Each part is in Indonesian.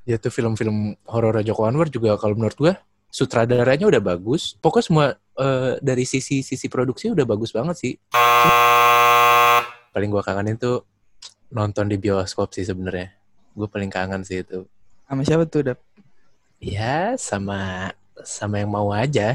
Ya tuh film-film horor Joko Anwar juga kalau menurut gue sutradaranya udah bagus. Pokoknya semua dari sisi produksi udah bagus banget sih. Paling gue kangenin tuh nonton di bioskop sih sebenarnya. Gue paling kangen sih itu. Sama siapa tuh, Dap? Ya sama yang mau aja.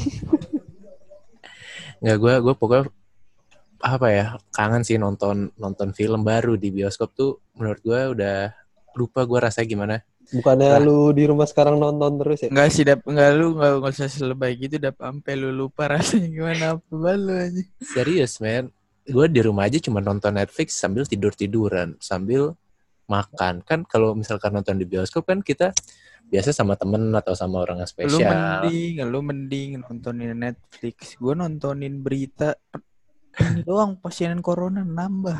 Nggak, gue pokoknya apa ya, kangen sih nonton film baru di bioskop tuh. Menurut gue udah lupa gue rasanya gimana. Bukannya Lah, lu di rumah sekarang nonton terus ya? Enggak sih, Dap. Enggak usah selebay gitu, Dap. Sampai lu lupa rasanya gimana apa balu aja. serius man, gue di rumah aja cuma nonton Netflix sambil tiduran sambil makan. Kan kalau misalkan nonton di bioskop kan kita biasa sama temen atau sama orang yang spesial. Lu mending nontonin Netflix. Gue nontonin berita ini doang, pasien corona nambah.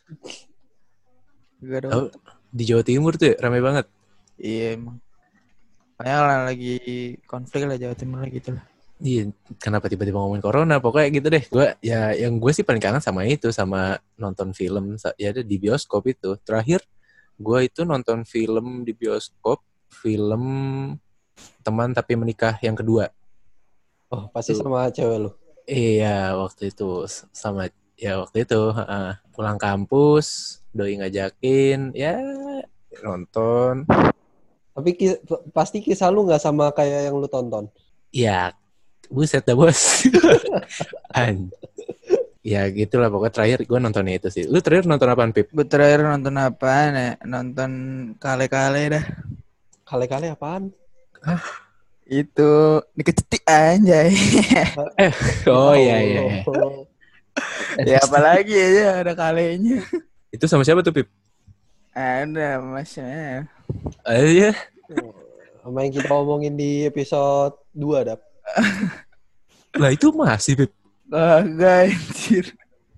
Gak ada. Oh, di Jawa Timur tuh ya, rame banget. Iya emang. Kayak lagi konflik lah Jawa Timur lah gitu lah. Iya, kenapa tiba-tiba ngomongin corona? Pokoknya gitu deh. Yang gue sih paling kangen sama itu, sama nonton film. Ya ada di bioskop itu. Terakhir gue itu nonton film di bioskop, film Teman Tapi Menikah yang kedua. Oh, pasti sama cewek lu. Iya, waktu itu sama waktu itu pulang kampus, doi ngajakin, ya nonton. Tapi pasti kisah lu nggak sama kayak yang lu tonton. Ya, buset dah bos. Ya gitulah, pokoknya terakhir gue nonton itu sih. Lu terakhir nonton apaan, Pip? Gue terakhir nonton apaan ya? Nonton Kale-Kale dah. Kale-kale apaan? Itu dikecetik anjay. Oh iya. Ya apalagi aja ada kalenya. Itu sama siapa tuh, Pip? Ada masnya. Iya. Sama yang kita omongin di episode 2, Dap. Lah itu masih, Pip. Kagak anjir.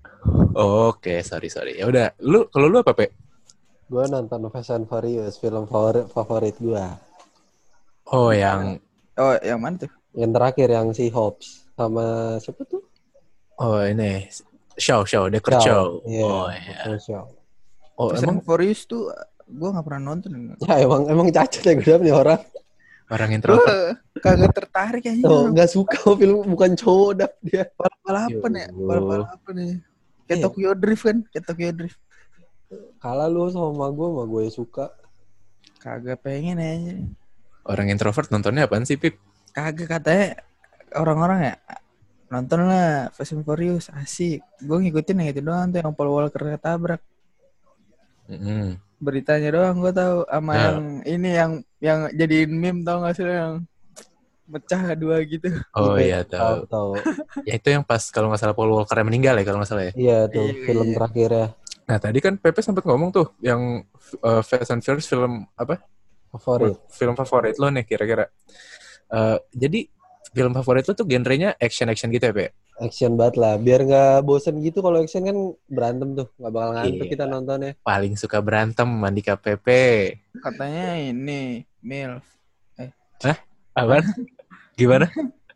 Oke, sorry. Ya udah, kalau lu apa, Pe? Gue nonton Fast and Furious, film favorit gue. Oh, yang Mana tuh? Yang terakhir yang si Hobbs sama siapa tuh? oh ini Deckard Shaw. Iya. Oh iya. Shaw. Oh Fast emang and Furious tuh gue nggak pernah nonton. Ya emang cacat ya gue dapet nih orang. orang introvert. Gue kagak tertarik aja. Oh, nggak suka film, bukan cowok dap dia. Balapan ya. Balapan ya. Kayak Tokyo Drift kan? Kayak Tokyo Drift. Kalah lu sama gue suka. Kagak pengen aja. Orang introvert nontonnya apaan sih, Pip? Kagak, katanya orang-orang ya nonton lah Fast and Furious asik. Gue ngikutin yang itu doang tuh, yang Paul Walker ketabrak. Beritanya doang gue tahu, sama yang ini yang jadiin meme, tau gak sih yang pecah dua gitu. Oh iya tahu. Ya itu yang pas kalau nggak salah Paul Walker yang meninggal ya kalau nggak salah ya. Iya tuh film terakhir ya. Nah tadi kan Pepe sempat ngomong tuh yang Fast and Furious film apa? Favorit. Film favorit lo nih kira-kira. Jadi film favorit lo tuh genrenya action gitu ya, Pe? Action banget lah, biar nggak bosen gitu. Kalau action kan berantem tuh, nggak bakal ngantuk kita nontonnya. Paling suka berantem Mandika Pepe. Katanya ini MILF. Hah? Apaan? Gimana?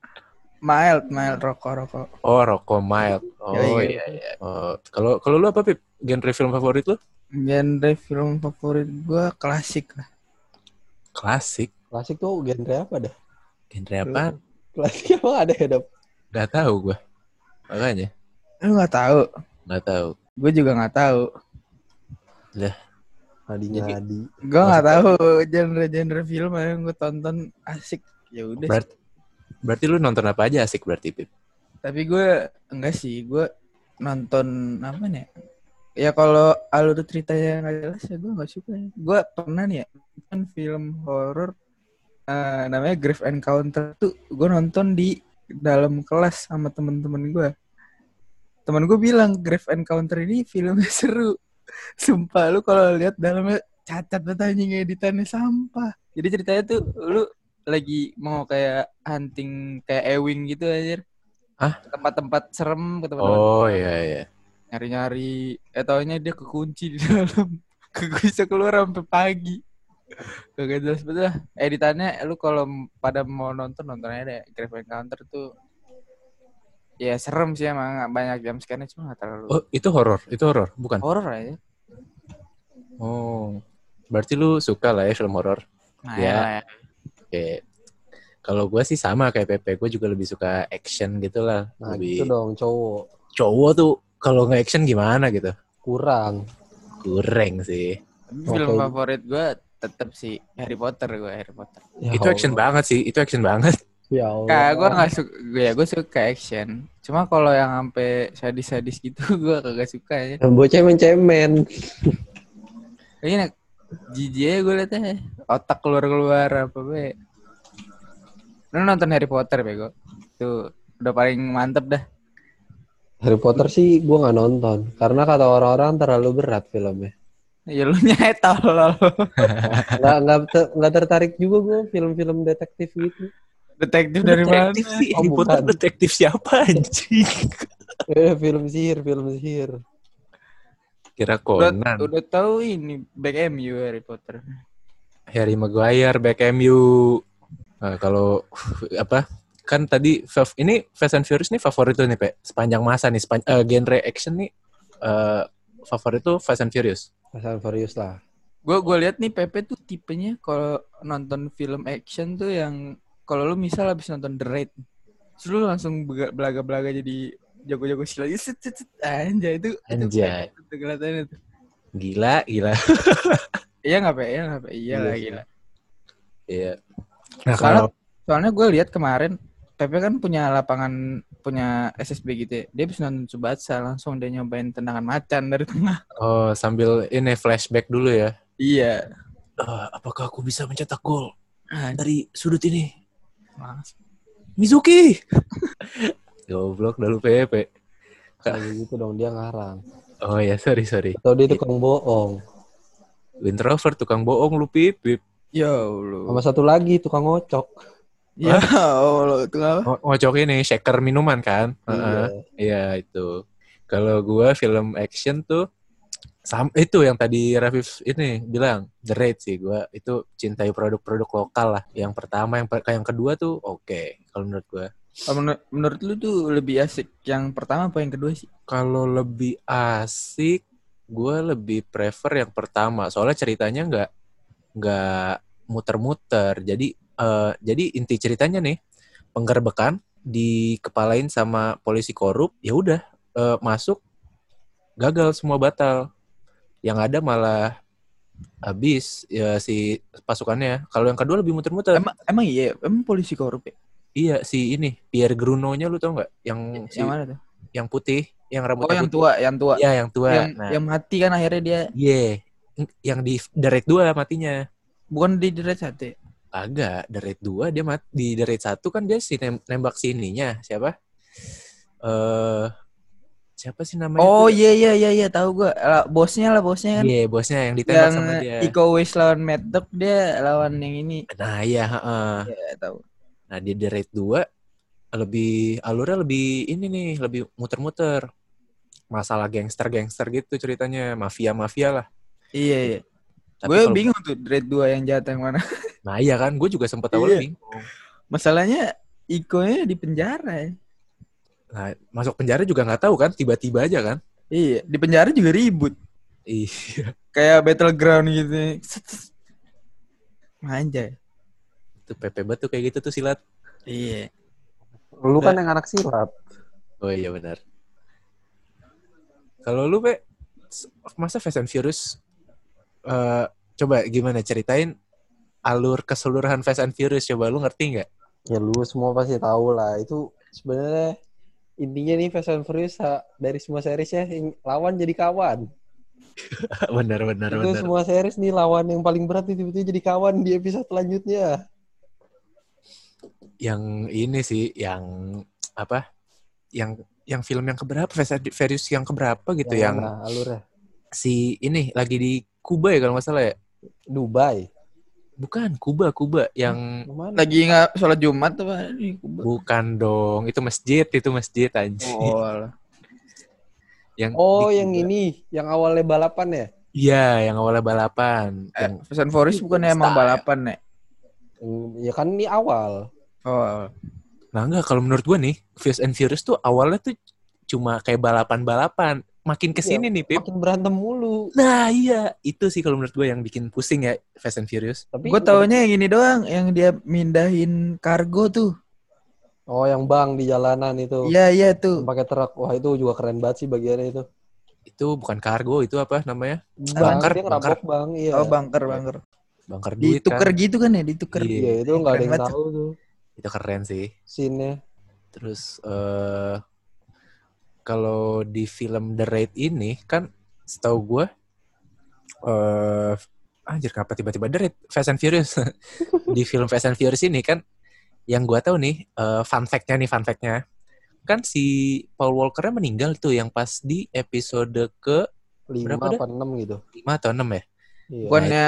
Mild rokok. Oh, Rocco Mild. Oh iya. Kalau lu apa, Pip? Genre film favorit lu? Genre film favorit gue klasik lah. Klasik tuh genre apa dah? Genre apa? Klasik emang ada ya, Dap? Gak tahu gue. Makanya. Lu nggak tahu? Nggak tahu. Gue juga nggak tahu. Lah. Ngadi. Gue nggak tahu genre film yang gue tonton asik. Ya udah. Berarti lu nonton apa aja asik berarti, Pip? Tapi gue enggak sih. Gue nonton apa nih? Ya kalau alur ceritanya nggak jelas ya gue nggak suka. Gue pernah nih ya nonton film horor namanya Grave Encounter tuh. Gue nonton di dalam kelas sama temen-temen gue. Temen gue bilang Grave Encounter ini filmnya seru. Sumpah lu kalau lihat dalamnya cacat banget anjing, editannya sampah. Jadi ceritanya tuh lu lagi mau kayak hunting kayak Ewing gitu aja. Tempat-tempat serem, ke tempat-tempat. Oh iya. Nyari-nyari, taunya dia kekunci di dalam. Bisa keluar sampai pagi. Gak jelas betul lah. Editannya lu kalau pada mau nonton aja deh. Grave Encounter tuh ya serem sih, emang banyak jam scare-nya, cuma gak terlalu. Oh, itu horor, bukan? Horor aja. Oh. Berarti lu suka lah ya film horor. Nah, Ya. ya. Kayak kalau gue sih sama kayak Pepe, gue juga lebih suka action gitu lah. Nah Lebih gitu dong cowok. cowok tuh kalau nggak action gimana gitu. Kurang. Kurang sih. Tapi Oke. film favorit gue tetap sih Harry Potter. Ya Itu action Allah. banget sih, itu action banget. Ya Kak, gue Allah. nggak suka, gue suka action. Cuma kalau yang sampai sadis-sadis gitu, gue kagak suka ya. Bocah cemen. Kayaknya jijik aja gue liatnya, otak keluar-keluar apa be. Lu nonton Harry Potter bego? Tuh udah paling mantep dah. Harry Potter sih gue nggak nonton karena kata orang-orang terlalu berat filmnya. Ya lu nyet tolol. Nggak tertarik juga gue film-film detektif gitu. Detektif dari mana? Detektif sih, Oh, Harry Potter bukan. detektif siapa anjing? Film sihir. Kira Udah, Conan. udah tahu ini Back MU Harry Potter. Harry Maguire, Beckham you. Nah, kalau apa? Kan tadi ini Fast and Furious nih favorit tuh nih, Pe. Sepanjang masa nih, genre action nih favorit tuh Fast and Furious. Fast and Furious lah. Gue lihat nih Pepe tuh tipenya kalau nonton film action tuh yang kalau lu misal habis nonton The Raid, terus lu langsung belaga-belaga jadi jago-jago silat. Anjay itu Anjay. itu kelihatannya tuh. Gila. Iya nggak Pe? Iya nggak Pe? Iya lah gila. Iya. Nah, Soalnya gue lihat kemarin Pepe kan punya SSB gitu ya. Dia bisa nonton Tsubasa langsung dia nyobain tendangan macan dari tengah. oh, sambil ini flashback dulu ya. Iya. Apakah aku bisa mencetak gol Anjay. dari sudut ini? Mizuki. Goblok dah lu Pepe. Kayak gitu dong dia ngarang. Oh ya, sorry. Atau dia tukang bohong. Introvert, tukang bohong lu Pip. Ya Allah. Sama satu lagi tukang ngocok. Ya Allah itu apa? Ngocok ini shaker minuman kan? Iya. Iya itu. Kalau gua film action tuh itu yang tadi Rafif ini bilang The Raid sih, gua itu cintai produk-produk lokal lah. Yang pertama, yang kedua tuh oke. Kalau menurut gua. Menurut lu tuh lebih asik yang pertama apa yang kedua sih? Kalau lebih asik, gua lebih prefer yang pertama. Soalnya ceritanya nggak muter-muter. Jadi inti ceritanya nih, penggerbekan dikepalain sama polisi korup, ya udah masuk gagal semua batal. Yang ada malah habis ya si pasukannya. Kalau yang kedua lebih muter-muter. Emang iya, emang polisi korup ya? Iya si ini Pierre Gruno-nya lu tau nggak? Yang mana tuh? yang putih, yang Oh rambutnya yang putih. tua, yang tua. Iya yang tua. Yang mati kan akhirnya dia. Iya. Yang di The Raid 2 matinya. Bukan di The Raid 1 ya? Agak, The Raid 2 dia mati. Di The Raid 1 kan dia nembak si ininya. Siapa? Siapa sih namanya? Oh iya tahu gue. Bosnya kan. Iya, bosnya yang ditembak Yang sama dia. Iko Uwais lawan Mad Dog, dia lawan yang ini. Nah, iya, Iya, tahu. Nah, di The Raid 2 alurnya lebih ini nih, lebih muter-muter. Masalah gangster-gangster gitu ceritanya, mafia-mafia lah. Iya. Tapi Gue bingung tuh The Raid 2 yang jahat yang mana. Nah, iya kan, gue juga sempet awalnya bingung. Masalahnya Iko-nya di penjara ya. Nah, masuk penjara juga nggak tahu kan, tiba-tiba aja kan. Iya, di penjara juga ribut. Iya. Kayak battleground gitu. Anjay. Itu Pepe banget tuh kayak gitu tuh silat. Iya. Lu kan yang anak silat. Oh iya benar. Kalau lu Pe, masa Fast and Furious coba gimana ceritain alur keseluruhan Fast and Furious, coba lu ngerti nggak? Ya lu semua pasti tahu lah. Itu sebenarnya intinya nih Fast and Furious dari semua series ya lawan jadi kawan. benar. Itu semua series nih lawan yang paling berat tiba-tiba jadi kawan di episode selanjutnya. Yang ini sih yang apa? Yang film yang keberapa Fast and Furious yang keberapa gitu yang alurnya. Si ini lagi di Kuba ya kalau nggak salah ya. Dubai. Bukan, Kuba yang lagi nggak sholat Jumat apa ini? Bukan dong, itu masjid anjing. Oh. yang ini, yang awalnya balapan ya? Iya, yang awalnya balapan. Fast and Furious bukannya emang balapan ya? Ya kan ini awal. Oh. Nah enggak, kalau menurut gue nih, Fast and Furious tuh awalnya tuh cuma kayak balapan-balapan. makin kesini nih, Pip. Makin berantem mulu. Nah iya, itu sih kalau menurut gue yang bikin pusing ya Fast and Furious. Tapi Gue taunya yang ini doang, yang dia mindahin kargo tuh. oh, yang bang di jalanan itu. Iya tuh. Yang pakai truk. Wah, itu juga keren banget sih bagiannya itu. Itu bukan kargo, itu apa namanya? Bang, Bunker, dia ngerampok bang, iya. Oh, bunker. Bunker duit Dituker kan. gitu kan ya, dituker. Iya. Iya, itu nggak ada Keren yang banget tahu tuh Itu keren sih. scene-nya. Terus kalau di film The Raid ini kan setahu gue anjir kenapa tiba-tiba The Raid Fast and Furious. Di film Fast and Furious ini kan yang gue tahu nih fun fact-nya kan si Paul Walker-nya meninggal tuh yang pas di episode ke 5 berapa apa 6 gitu. 5 atau 6 ya? Iya. Bukannya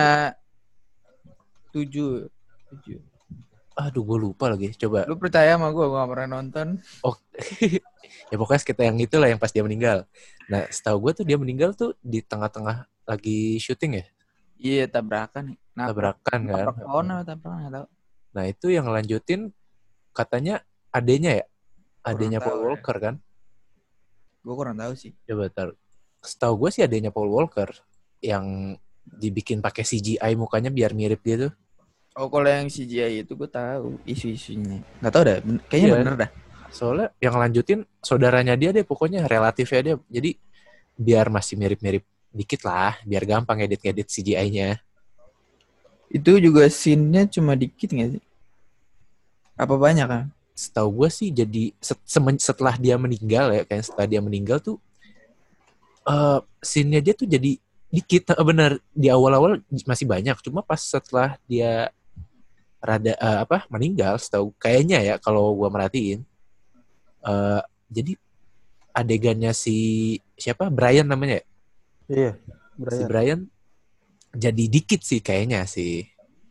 7. Aduh gue lupa lagi. Coba. Lu percaya sama gue gak pernah nonton. Oh, ya pokoknya kita yang itulah yang pas dia meninggal. Nah, setahu gue tuh dia meninggal tuh di tengah-tengah lagi syuting ya. Iya, tabrakan. Tabrakan kan. Nabrak pohon atau tabrakan gak tahu. Nah, itu yang lanjutin katanya adenya ya. Adenya Kurang Paul tahu, Walker kan. Gue kurang tahu sih. Coba setahu gue sih adenya Paul Walker yang dibikin pakai CGI mukanya biar mirip gitu. Oh, kalau yang CGI itu gue tahu isu-isunya. Gak tahu dah, kayaknya Iya. bener dah. Soalnya yang lanjutin saudaranya dia deh pokoknya relatifnya dia. Jadi biar masih mirip-mirip dikit lah, biar gampang edit-edit CGI-nya. Itu juga scene-nya cuma dikit gak sih? Apa banyak kan? Setahu gue sih jadi setelah dia meninggal ya, kayak setelah dia meninggal tuh scene-nya dia tuh jadi dikit. Bener, di awal-awal masih banyak, cuma pas setelah dia rada meninggal, setahu kayaknya ya kalau gue merhatiin, jadi adegannya si siapa Brian namanya ya? Iya, Si Brian jadi dikit sih kayaknya sih.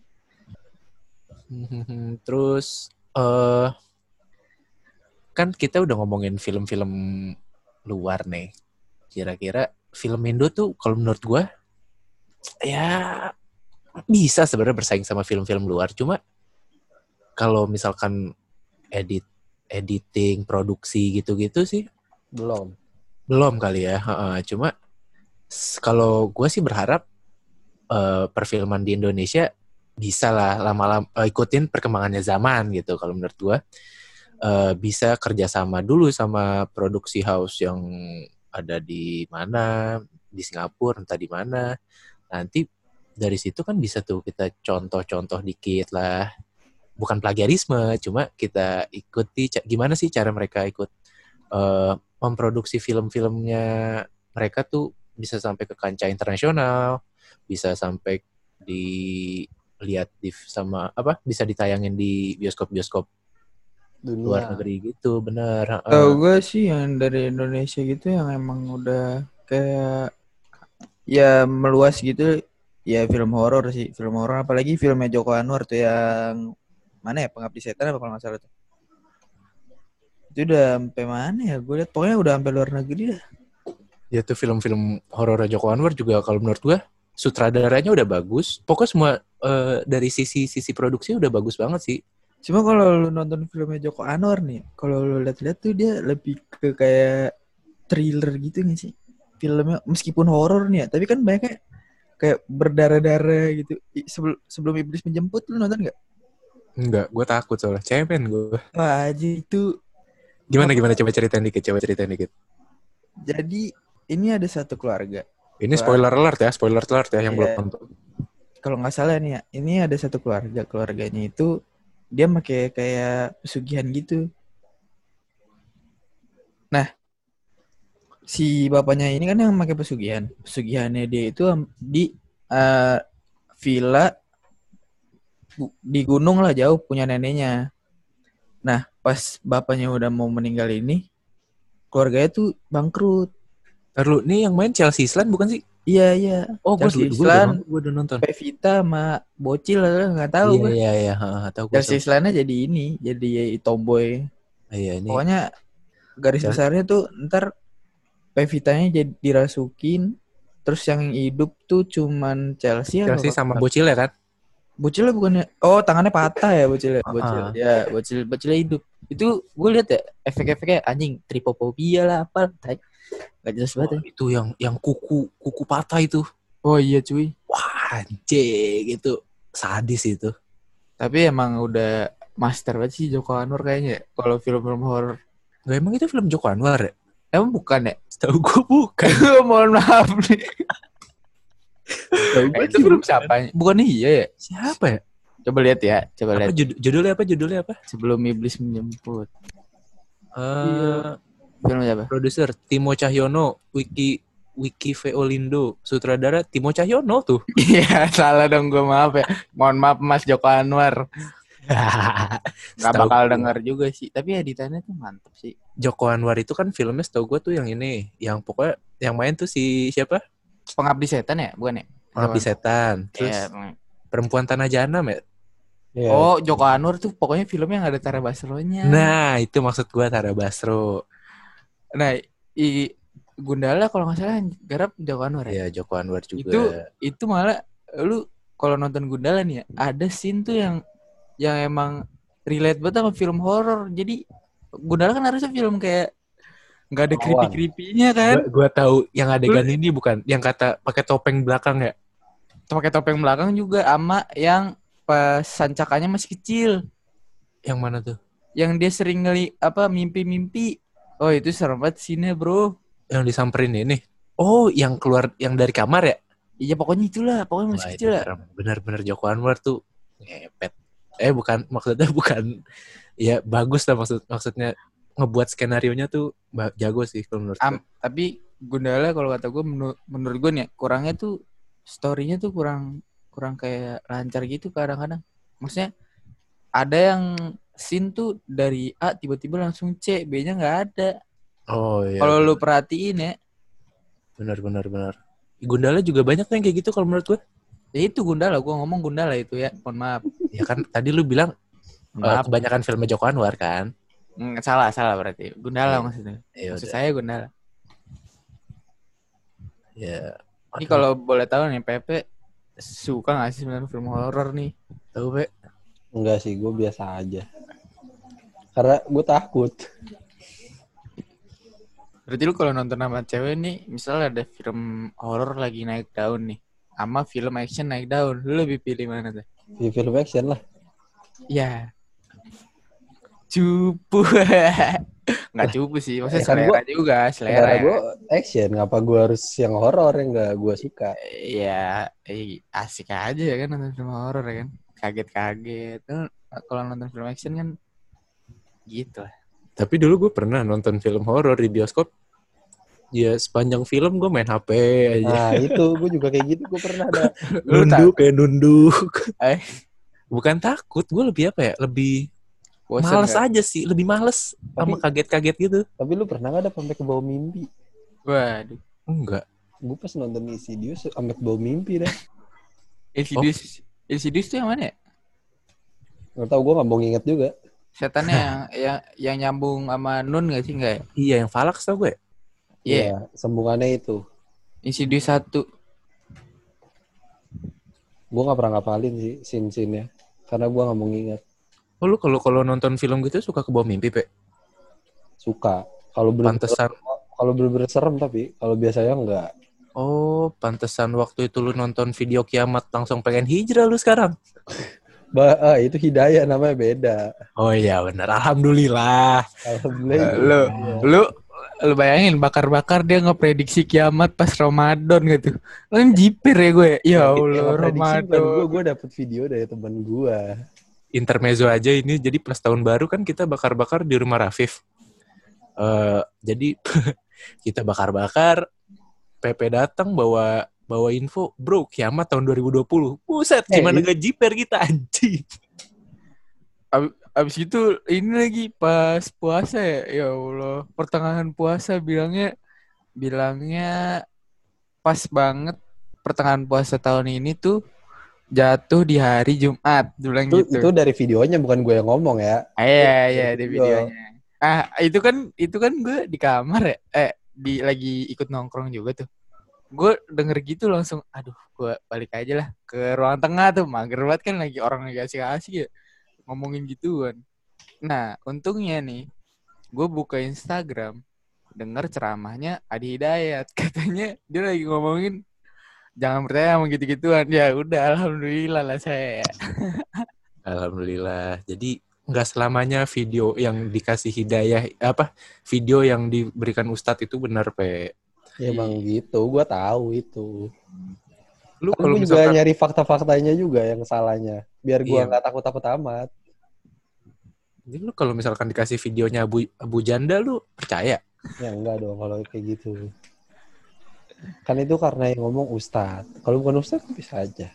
Terus kan kita udah ngomongin film-film luar nih. Kira-kira film Indo tuh kalau menurut gue ya bisa sebenarnya bersaing sama film-film luar. Cuma kalau misalkan editing, produksi gitu-gitu sih belum kali ya. Cuma kalau gue sih berharap perfilman di Indonesia bisa lah lama-lama ikutin perkembangannya zaman gitu. Kalau menurut gue bisa kerjasama dulu sama produksi house yang ada di mana, di Singapura, entah di mana. Nanti dari situ kan bisa tuh kita contoh-contoh dikit lah. Bukan plagiarisme, cuma kita ikuti gimana sih cara mereka ikut memproduksi film-filmnya mereka tuh bisa sampai ke kancah internasional, bisa sampai dilihat bisa ditayangin di bioskop-bioskop dunia. Luar negeri gitu, bener. Tahu gue sih yang dari Indonesia gitu yang emang udah kayak ya meluas gitu ya film horor sih, film horor apalagi filmnya Joko Anwar tuh yang mana ya, Pengabdi Setan apa kalau nggak salah tuh. Itu udah sampai mana ya? Gue liat pokoknya udah sampai luar negeri dah. Ya tuh film-film horor Joko Anwar juga kalau menurut gue sutradaranya udah bagus. Pokoknya semua dari sisi produksi udah bagus banget sih. Cuma kalau lu nonton filmnya Joko Anwar nih, kalau lu lihat-lihat tuh dia lebih ke kayak thriller gitu nggak sih? Filmnya meskipun horor nih ya, tapi kan banyak kayak berdarah-darah gitu. Sebelum Iblis Menjemput lu nonton nggak? Enggak, gue takut soalnya cemen gue. Wah, aja itu. Gimana coba ceritain dikit. Jadi ini ada satu keluarga. Ini spoiler alert ya yang belum nonton. Kalau nggak salah nih ya, ini ada satu keluarganya itu dia pakai kayak pesugihan gitu. Nah, si bapaknya ini kan yang pakai pesugihan. Pesugihannya dia itu di villa di gunung lah jauh punya neneknya. Nah, pas bapaknya udah mau meninggal ini, keluarganya tuh bangkrut. Lalu, nih yang main Chelsea Islan bukan sih? Iya. Oh, gue udah nonton. Pevita sama Bocil nggak tahu. Iya. Tahu gue. Chelsea Islannya jadi tomboy. Iya ini. Pokoknya garis besarnya tuh ntar Pevitanya jadi dirasukin, terus yang hidup tuh cuman Chelsea sama Bocil ya kan? Bocilnya bukannya, tangannya patah ya Bocil. Bocilnya hidup. Itu gue lihat ya efek-efeknya anjing, tripofobia lah apa. Gak jelas banget ya. Itu yang kuku patah itu. Oh iya cuy. Wah, anjing itu sadis itu. Tapi emang udah master banget sih Joko Anwar kayaknya ya, kalau film-film horor. Gak, emang itu film Joko Anwar ya? Emang bukan ya? Setahu gue bukan. Mohon maaf nih. Setahu gue Itu film siapa? Bukan iya ya? Siapa ya? Coba lihat ya. Coba Apa lihat. judulnya apa? Sebelum Iblis Menjemput. Eh, Film siapa? Produser Timo Cahyono, Wiki Veolindo, sutradara Timo Cahyono tuh. Iya, salah dong gue, maaf ya. Mohon maaf Mas Joko Anwar. Gak Setahu bakal gua, denger juga sih. Tapi editannya tuh mantep sih. Joko Anwar itu kan filmnya setahu gue tuh yang ini, yang pokoknya yang main tuh si siapa? Pengabdi Setan ya? Bukan ya? Pengabdi Setan. Terus Iya. Perempuan Tanah Jahanam ya? Iya. Oh, Joko Anwar tuh pokoknya filmnya gak ada Tara Basro-nya. Nah, itu maksud gue Tara Basro. Nah, Gundala kalau nggak salah garap Joko Anwar ya. Iya, Joko Anwar juga. Itu malah lu kalau nonton Gundala nih ya, ada scene tuh yang emang relate banget sama film horor. Jadi Gundala kan harusnya film kayak nggak ada creepy-creepynya kan. Gua tahu yang adegan ini bukan yang kata pakai topeng belakang ya? Pakai topeng belakang juga ama yang pas sancakannya masih kecil. Yang mana tuh? Yang dia sering mimpi-mimpi. Oh, itu serem banget scene-nya, bro. Yang disamperin ini. Oh, yang keluar yang dari kamar ya? Iya, pokoknya itulah, pokoknya masih kecil lah. Bener-bener Joko Anwar tuh ngepet. Bukan, maksudnya bukan. Ya bagus lah maksudnya ngebuat skenarionya tuh jago sih kalau menurut gue. Tapi Gundala kalau kata gue menurut gue nih kurangnya tuh story-nya tuh kurang kayak lancar gitu kadang-kadang. Maksudnya ada yang scene tuh dari A tiba-tiba langsung C, B-nya nggak ada. Oh iya. Kalau lu perhatiin ya. Benar. Gundala juga banyak tuh yang kayak gitu kalau menurut gue. Ya itu Gundala, gue ngomong Gundala itu ya, mohon maaf. Ya kan tadi lu bilang kebanyakan film Joko Anwar kan? Salah berarti. Gundala maksudnya. Maksud saya Gundala. Ya. Ini kalau boleh tahu nih, Pepe suka nggak sih sebenarnya film horor nih? Tahu, Pe? Enggak sih, gue biasa aja. Karena gue takut. Berarti lu kalau nonton sama cewek nih, misalnya ada film horor lagi naik daun nih, sama film action naik daun, lu lebih pilih mana tuh? Di film action lah. Ya. Cupu. Nggak cupu sih, maksudnya kan selera juga, selera. Gue action, ngapa gue harus yang horor yang gak gue suka? Iya, asik aja ya kan nonton film horor ya kan. Kaget-kaget. Kalau nonton film action kan gitu lah. Tapi dulu gue pernah nonton film horor di bioskop. Ya sepanjang film gue main HP aja. Nah itu gue juga kayak gitu, gue pernah ada. Nunduk. Bukan takut, gue lebih apa ya? Lebih males aja sih, lebih males sama kaget-kaget gitu. Tapi lu pernah gak ada sampai ke bawah mimpi? Waduh. Enggak. Gue pas nonton Insidious sampai ke bawah mimpi dah. Insidious tuh yang mana ya? Gak tau, gue gak mau nginget juga. Setannya yang nyambung sama Nun gak sih? Enggak ya? Iya, yang Valax tau gue. Iya, sambungannya itu. Insidious 1. Gue gak pernah ngapalin sih scene-scene-nya. Karena gue gak mau nginget. Oh, lu kalau nonton film gitu suka kebawa mimpi, Pe? Suka. Kalau bener-bener serem tapi. Kalau biasanya enggak. Oh, pantesan waktu itu lu nonton video kiamat langsung pengen hijrah lu sekarang. Itu hidayah namanya beda. Oh iya benar, alhamdulillah. Lu bayangin bakar-bakar dia ngeprediksi kiamat pas Ramadan gitu. Kan jiper ya gue. Ya Allah, Ramadan. Gue dapet video dari teman gue. Intermezzo aja ini, jadi pas tahun baru kan kita bakar-bakar di rumah Rafif. Jadi kita bakar-bakar, Pepe datang bawa info, bro, kiamat tahun 2020. Buset, gimana gak jiper kita, anjing. Abis itu ini lagi pas puasa ya Allah, pertengahan puasa bilangnya pas banget pertengahan puasa tahun ini tuh jatuh di hari Jumat, bilang gitu. Itu dari videonya, bukan gue yang ngomong ya. Iya di videonya. Itu kan gue di kamar ya, lagi ikut nongkrong juga tuh. Gue denger gitu langsung, aduh, gue balik aja lah ke ruang tengah tuh, mager banget kan lagi orang lagi asik-asik ya ngomongin gituan. Nah, untungnya nih, gue buka Instagram, denger ceramahnya Adi Hidayat. Katanya dia lagi ngomongin jangan percaya sama gitu-gituan. Ya udah, alhamdulillah lah saya. Alhamdulillah. Jadi nggak selamanya video yang dikasih hidayah video yang diberikan ustadz itu benar, Pe. Ya emang gitu, gue tahu itu. Lu Kan kalau gue juga misalkan nyari fakta-faktanya juga yang salahnya. Biar gue Iya. nggak takut-takut amat. Jadi lu kalau misalkan dikasih videonya Abu Janda, lu percaya? Ya enggak dong kalau kayak gitu. Kan itu karena yang ngomong ustadz. Kalau bukan ustadz bisa aja.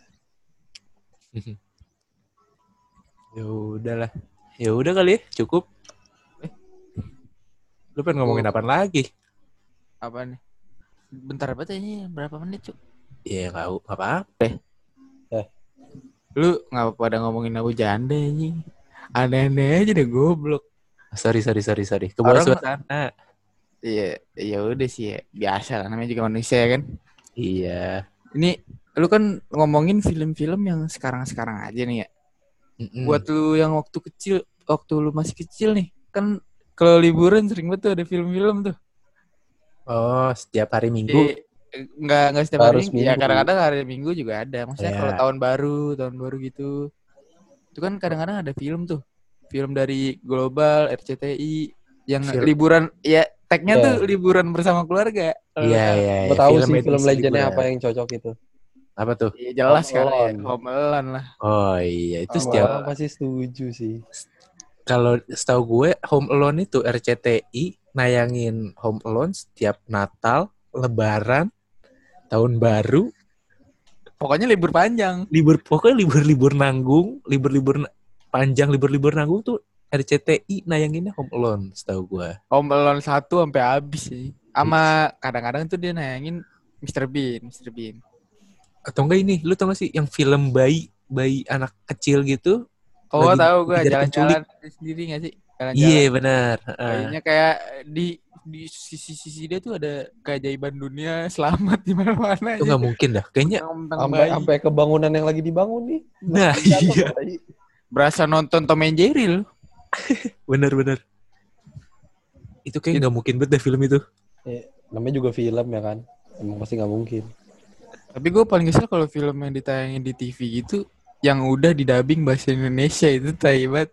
Ya udahlah. Ya udah kali ya, cukup. Lu pengen ngomongin apa lagi? Apa nih? Bentar banget ini berapa menit, Cuk? Ya nggak apa-apa. Lu ngapa pada ngomongin Abu Janda anjing? Aneh-aneh aja deh, goblok. Sorry. Kebawa Orang- suasana. Iya, ya udah sih ya. Biasa lah, namanya juga manusia kan. Iya. Ini lu kan ngomongin film-film yang sekarang-sekarang aja nih ya. Mm-mm. Buat lu yang waktu lu masih kecil nih, kan kalau liburan sering banget tuh ada film-film tuh. Oh, setiap hari Minggu. Enggak setiap Harus hari. Ya Minggu. kadang-kadang hari Minggu juga ada. Maksudnya Ya. kalau tahun baru gitu. Itu kan kadang-kadang ada film tuh. Film dari Global, RCTI yang liburan, ya tagnya Iya. tuh liburan bersama keluarga. Iya. Gue tahu sih edisi film legendnya liburan. apa yang cocok itu. Apa tuh? Iya jelas Home kan ya. Alone. Home Alone lah. Oh iya, itu Semua setiap orang pasti setuju sih. kalau setahu gue Home Alone itu RCTI nayangin Home Alone setiap Natal, Lebaran, Tahun Baru, Pokoknya libur panjang. libur nanggung, panjang libur nanggung tuh RCTI nayanginnya Home Alone setahu gue. Home Alone 1 sampai habis sih. Sama kadang-kadang tuh dia nayangin Mr. Bean. Atau enggak ini, lu tau gak sih yang film bayi anak kecil gitu? Oh, Lagi tahu gue dikejar jalan-jalan sendiri nggak sih? Jalan-jalan. Iya benar. Bayinya kayak di sisi dia tuh ada keajaiban dunia, selamat di mana-mana. Itu nggak mungkin dah. Kayaknya Sampai ke bangunan yang lagi dibangun nih. nah Jatuh, iya bayi. Berasa nonton Tom and Jerry loh. benar. Itu kayak nggak mungkin banget deh film itu. Namanya juga film ya kan. Emang pasti nggak mungkin. Tapi gue paling kesel kalau film yang ditayangin di TV gitu yang udah didubbing bahasa Indonesia itu tai banget.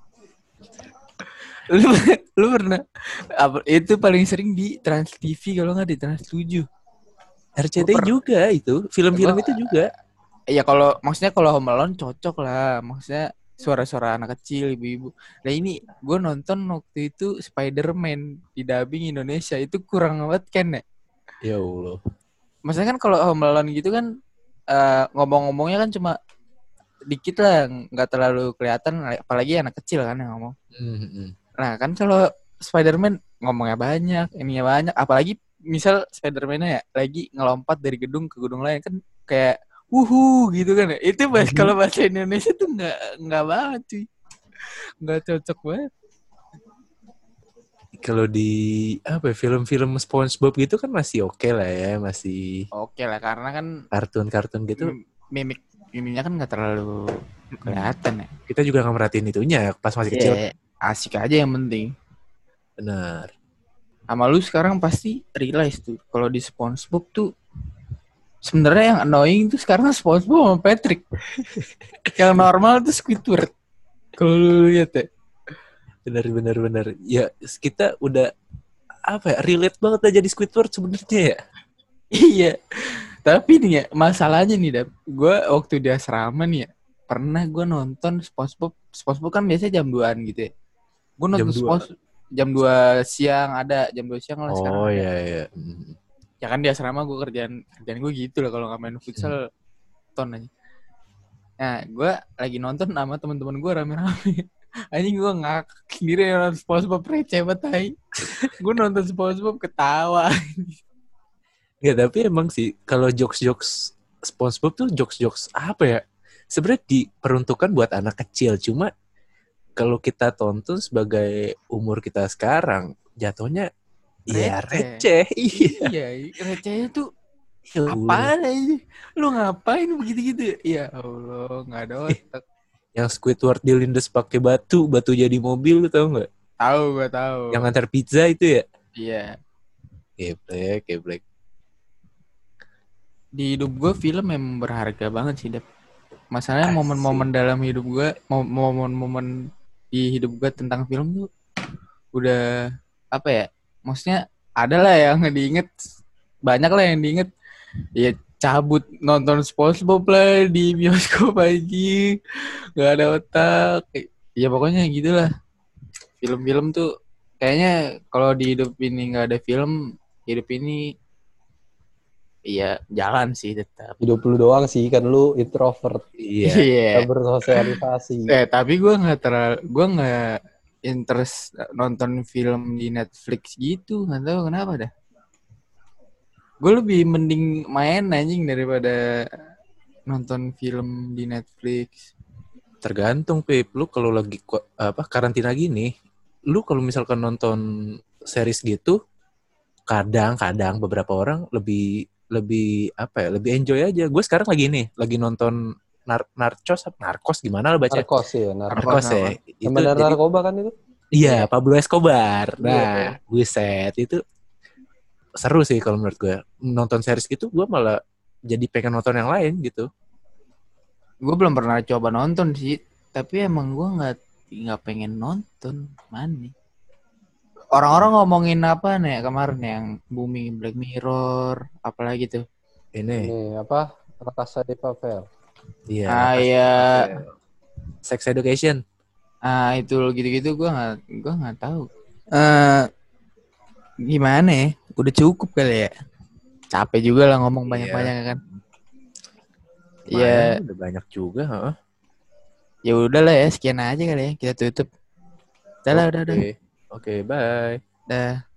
Lu pernah itu paling sering di Trans TV kalau nggak di Trans 7. RCTI juga itu, film-film itu juga. Ya kalau maksudnya kalau Home Alone cocok lah, maksudnya suara-suara anak kecil, ibu-ibu. Nah ini gue nonton waktu itu Spider-Man di dubbing Indonesia itu kurang banget kan ya. Ya Allah. Maksudnya kan kalau Home Alone gitu kan ngomong-ngomongnya kan cuma dikit lah, nggak terlalu kelihatan, apalagi anak kecil kan yang ngomong. Nah kan kalau Spider-Man ngomongnya banyak, ininya banyak, apalagi misal Spider-Man-nya ya lagi ngelompat dari gedung ke gedung lain kan kayak wuhu gitu kan ya. Itu kalau bahasa Indonesia tuh nggak banget cuy. Nggak cocok banget. Kalau di film-film SpongeBob gitu kan masih oke lah ya, masih Oke lah karena kan kartun-kartun gitu. Mimik ininya kan nggak terlalu kelihatan ya. Kita juga nggak merhatiin itunya pas masih kecil. Asik aja yang penting. Benar. Sama lu sekarang pasti realize tuh kalau di SpongeBob tuh sebenarnya yang annoying tuh sekarang SpongeBob sama Patrick. Yang normal tuh Squidward. Kalau lu lihat ya. Benar. Ya kita udah relate banget aja di Squidward sebenarnya ya. Iya. Tapi nih ya masalahnya nih Dap. Gue waktu di asrama nih ya pernah gue nonton SpongeBob. SpongeBob kan biasanya jam 2-an gitu ya. Gue nonton SpongeBob jam 2 siang ada, jam 2 siang lah sekarang. Oh iya. Ya kan di asrama gue kerjaan gue gitu lah kalau nggak main futsal ton aja. Nah gue lagi nonton sama teman-teman gue rame-rame. Anjing gue ngakak sendiri nonton SpongeBob receh banget tai. Gue nonton SpongeBob ketawa. Ya tapi emang sih kalau jokes-jokes SpongeBob tuh jokes-jokes apa ya? Sebenarnya diperuntukkan buat anak kecil. Cuma kalau kita tonton sebagai umur kita sekarang, jatuhnya ya receh. Iya, recehnya tuh apaan aja? Lu ngapain begitu-gitu? Ya Allah, nggak ada otak. Yang Squidward dilindas pakai batu jadi mobil, lu tau nggak? Tahu, gue tahu. Yang antar pizza itu ya? Iya. Geblek. Di hidup gue film memang berharga banget sih, Dap. Masalahnya Asik. momen-momen dalam hidup gue, momen-momen di hidup gue tentang film tuh udah apa ya? Maksudnya ada lah yang diinget, banyak lah yang diinget. Ya cabut nonton SpongeBob lah di bioskop aja, nggak ada otak. Ya pokoknya gitulah. Film-film tuh kayaknya kalau di hidup ini nggak ada film, hidup ini iya jalan sih tetap. Hidup lu doang sih, kan lu introvert. Iya. Gak Iya. bersosialisasi. Tapi gue nggak interest nonton film di Netflix gitu, nggak tahu kenapa dah. Gue lebih mending main anjing daripada nonton film di Netflix. Tergantung, Pip. Lu kalau lagi karantina gini, lu kalau misalkan nonton series gitu, kadang beberapa orang lebih apa ya, lebih enjoy aja. Gue sekarang lagi nonton Narcos gimana lo baca? Narkos ya, Narcos ya. Yang Itu benar jadi narkoba kan itu? iya, Pablo Escobar. Nah, Iya. buset itu seru sih kalau menurut gue. Nonton series gitu gue malah jadi pengen nonton yang lain gitu. Gue belum pernah coba nonton sih, tapi emang gue nggak pengen nonton mana. Orang-orang ngomongin apa nih kemarin yang booming Black Mirror, apalagi tuh. Ini, Ini apa? La Casa de Papel. iya. Ya, Sex Education. itu gitu-gitu gue nggak tahu. Gimana ya? Udah cukup kali ya. Capek juga lah ngomong Iya. banyak-banyak kan. Ya, udah banyak juga, heeh. Ya udahlah ya, sekian aja kali ya, kita tutup. Udah lah, udah. Oke, bye. Dah.